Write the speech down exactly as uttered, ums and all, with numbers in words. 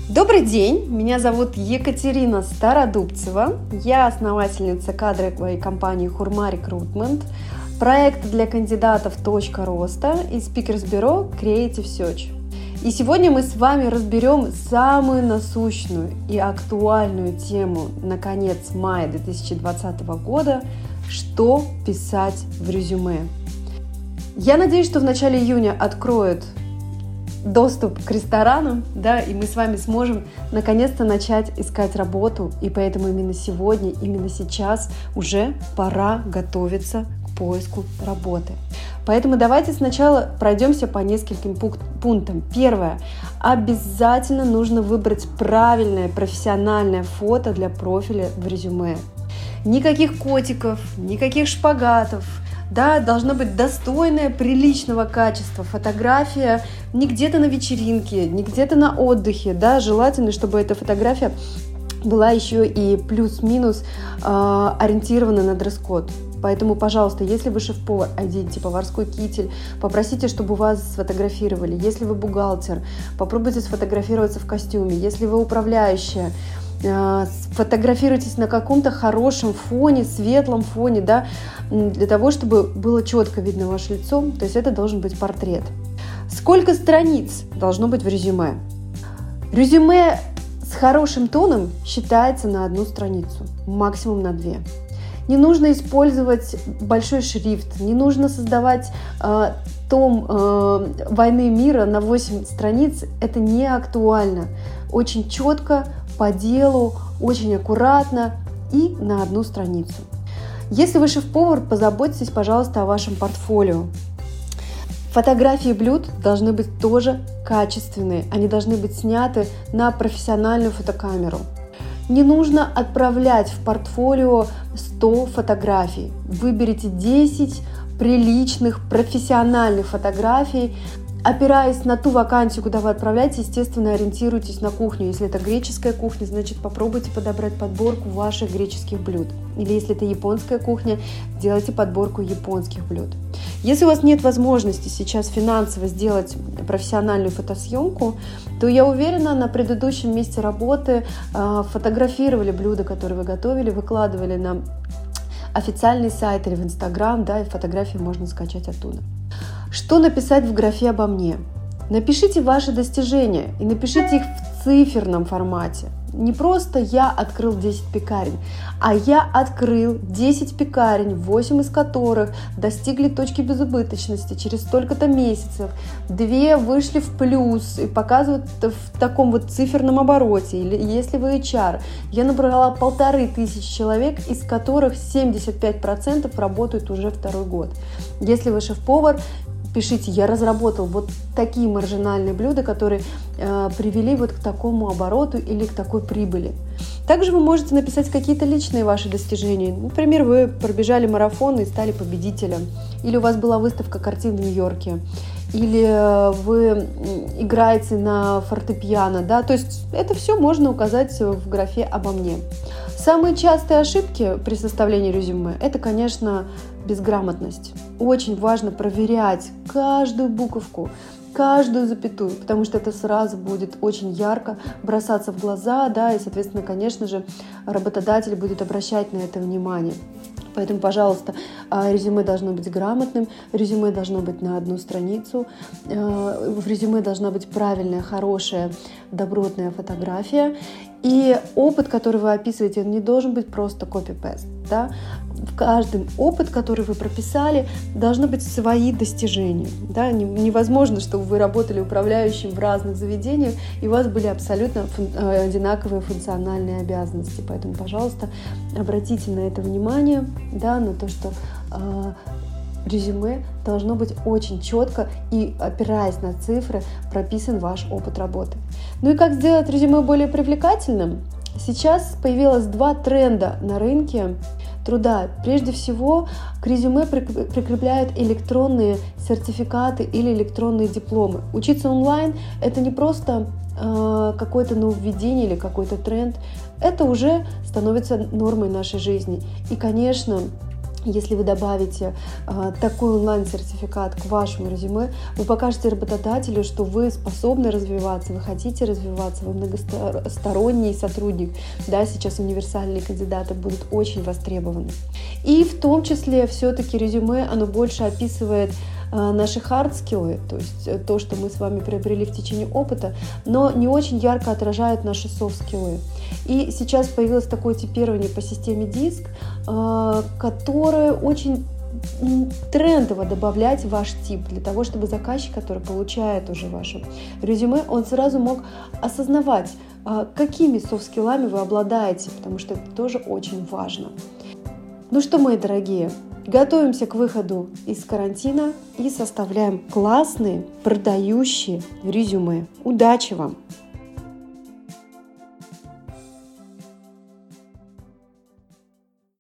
Добрый день, меня зовут Екатерина Стародубцева, я основательница кадровой компании Хурма Recruitment, проекта для кандидатов «Точка роста» и спикерс-бюро Creative Search. И сегодня мы с вами разберем самую насущную и актуальную тему на конец мая две тысячи двадцатого года – что писать в резюме. Я надеюсь, что в начале июня откроют доступ к ресторанам, да, и мы с вами сможем наконец-то начать искать работу, и поэтому именно сегодня, именно сейчас уже пора готовиться к поиску работы. Поэтому давайте сначала пройдемся по нескольким пунктам. Первое. Обязательно нужно выбрать правильное профессиональное фото для профиля в резюме. Никаких котиков, никаких шпагатов. Да, должна быть достойная, приличного качества фотография не где-то на вечеринке, не где-то на отдыхе. Да, желательно, чтобы эта фотография была еще и плюс-минус э, ориентирована на дресс-код. Поэтому, пожалуйста, если вы шеф-повар, оденьте поварской китель, попросите, чтобы вас сфотографировали. Если вы бухгалтер, попробуйте сфотографироваться в костюме. Если вы управляющая, сфотографируйтесь на каком-то хорошем фоне, светлом фоне, да, для того, чтобы было четко видно ваше лицо, то есть это должен быть портрет. Сколько страниц должно быть в резюме? Резюме с хорошим тоном считается на одну страницу, максимум на две. Не нужно использовать большой шрифт, не нужно создавать э, том э, «Войны и мира» на восемь страниц, это не актуально. Очень четко, по делу, очень аккуратно и на одну страницу. Если вы шеф-повар, позаботьтесь, пожалуйста, о вашем портфолио. Фотографии блюд должны быть тоже качественные, они должны быть сняты на профессиональную фотокамеру. Не нужно отправлять в портфолио сто фотографий. Выберите десять приличных, профессиональных фотографий. Опираясь на ту вакансию, куда вы отправляете, естественно, ориентируйтесь на кухню. Если это греческая кухня, значит, попробуйте подобрать подборку ваших греческих блюд. Или если это японская кухня, делайте подборку японских блюд. Если у вас нет возможности сейчас финансово сделать профессиональную фотосъемку, то я уверена, на предыдущем месте работы э, фотографировали блюда, которые вы готовили, выкладывали на официальный сайт или в Инстаграм, да, и фотографии можно скачать оттуда. Что написать в графе «Обо мне»? Напишите ваши достижения и напишите их в циферном формате. Не просто «я открыл десять пекарен», а «я открыл десять пекарен, восемь из которых достигли точки безубыточности через столько-то месяцев, две вышли в плюс» и показывают в таком вот циферном обороте. Или если вы эйч ар, я набрала полторы тысячи человек, из которых семьдесят пять процентов работают уже второй год. Если вы шеф-повар, пишите: я разработал вот такие маржинальные блюда, которые э, привели вот к такому обороту или к такой прибыли. Также вы можете написать какие-то личные ваши достижения. Например, вы пробежали марафон и стали победителем. Или у вас была выставка картин в Нью-Йорке. Или вы играете на фортепиано. Да? То есть это все можно указать в графе «Обо мне». Самые частые ошибки при составлении резюме – это, конечно, безграмотность. Очень важно проверять каждую буковку, каждую запятую, потому что это сразу будет очень ярко бросаться в глаза, да, и, соответственно, конечно же, работодатель будет обращать на это внимание. Поэтому, пожалуйста, резюме должно быть грамотным, резюме должно быть на одну страницу, в резюме должна быть правильная, хорошая, добротная фотография. И опыт, который вы описываете, он не должен быть просто копи-пест. Да? В каждом опыт, который вы прописали, должны быть свои достижения. Да? Невозможно, чтобы вы работали управляющим в разных заведениях, и у вас были абсолютно одинаковые функциональные обязанности. Поэтому, пожалуйста, обратите на это внимание, да, на то, что э, резюме должно быть очень четко и, опираясь на цифры, прописан ваш опыт работы. Ну и как сделать резюме более привлекательным? Сейчас появилось два тренда на рынке труда. Прежде всего, к резюме прикрепляют электронные сертификаты или электронные дипломы. Учиться онлайн – это не просто э, какое-то нововведение или какой-то тренд, это уже становится нормой нашей жизни. И, конечно, Если вы добавите э, такой онлайн-сертификат к вашему резюме, вы покажете работодателю, что вы способны развиваться, вы хотите развиваться, вы многосторонний сотрудник. Да, сейчас универсальные кандидаты будут очень востребованы. И в том числе все-таки резюме, оно больше описывает э, наши hard-скиллы, то есть то, что мы с вами приобрели в течение опыта, но не очень ярко отражает наши soft-скиллы. И сейчас появилось такое типирование по системе диск, э, которое очень трендово добавлять в ваш тип, для того, чтобы заказчик, который получает уже ваше резюме, он сразу мог осознавать, э, какими софт-скиллами вы обладаете, потому что это тоже очень важно. Ну что, мои дорогие, готовимся к выходу из карантина и составляем классные продающие резюме. Удачи вам!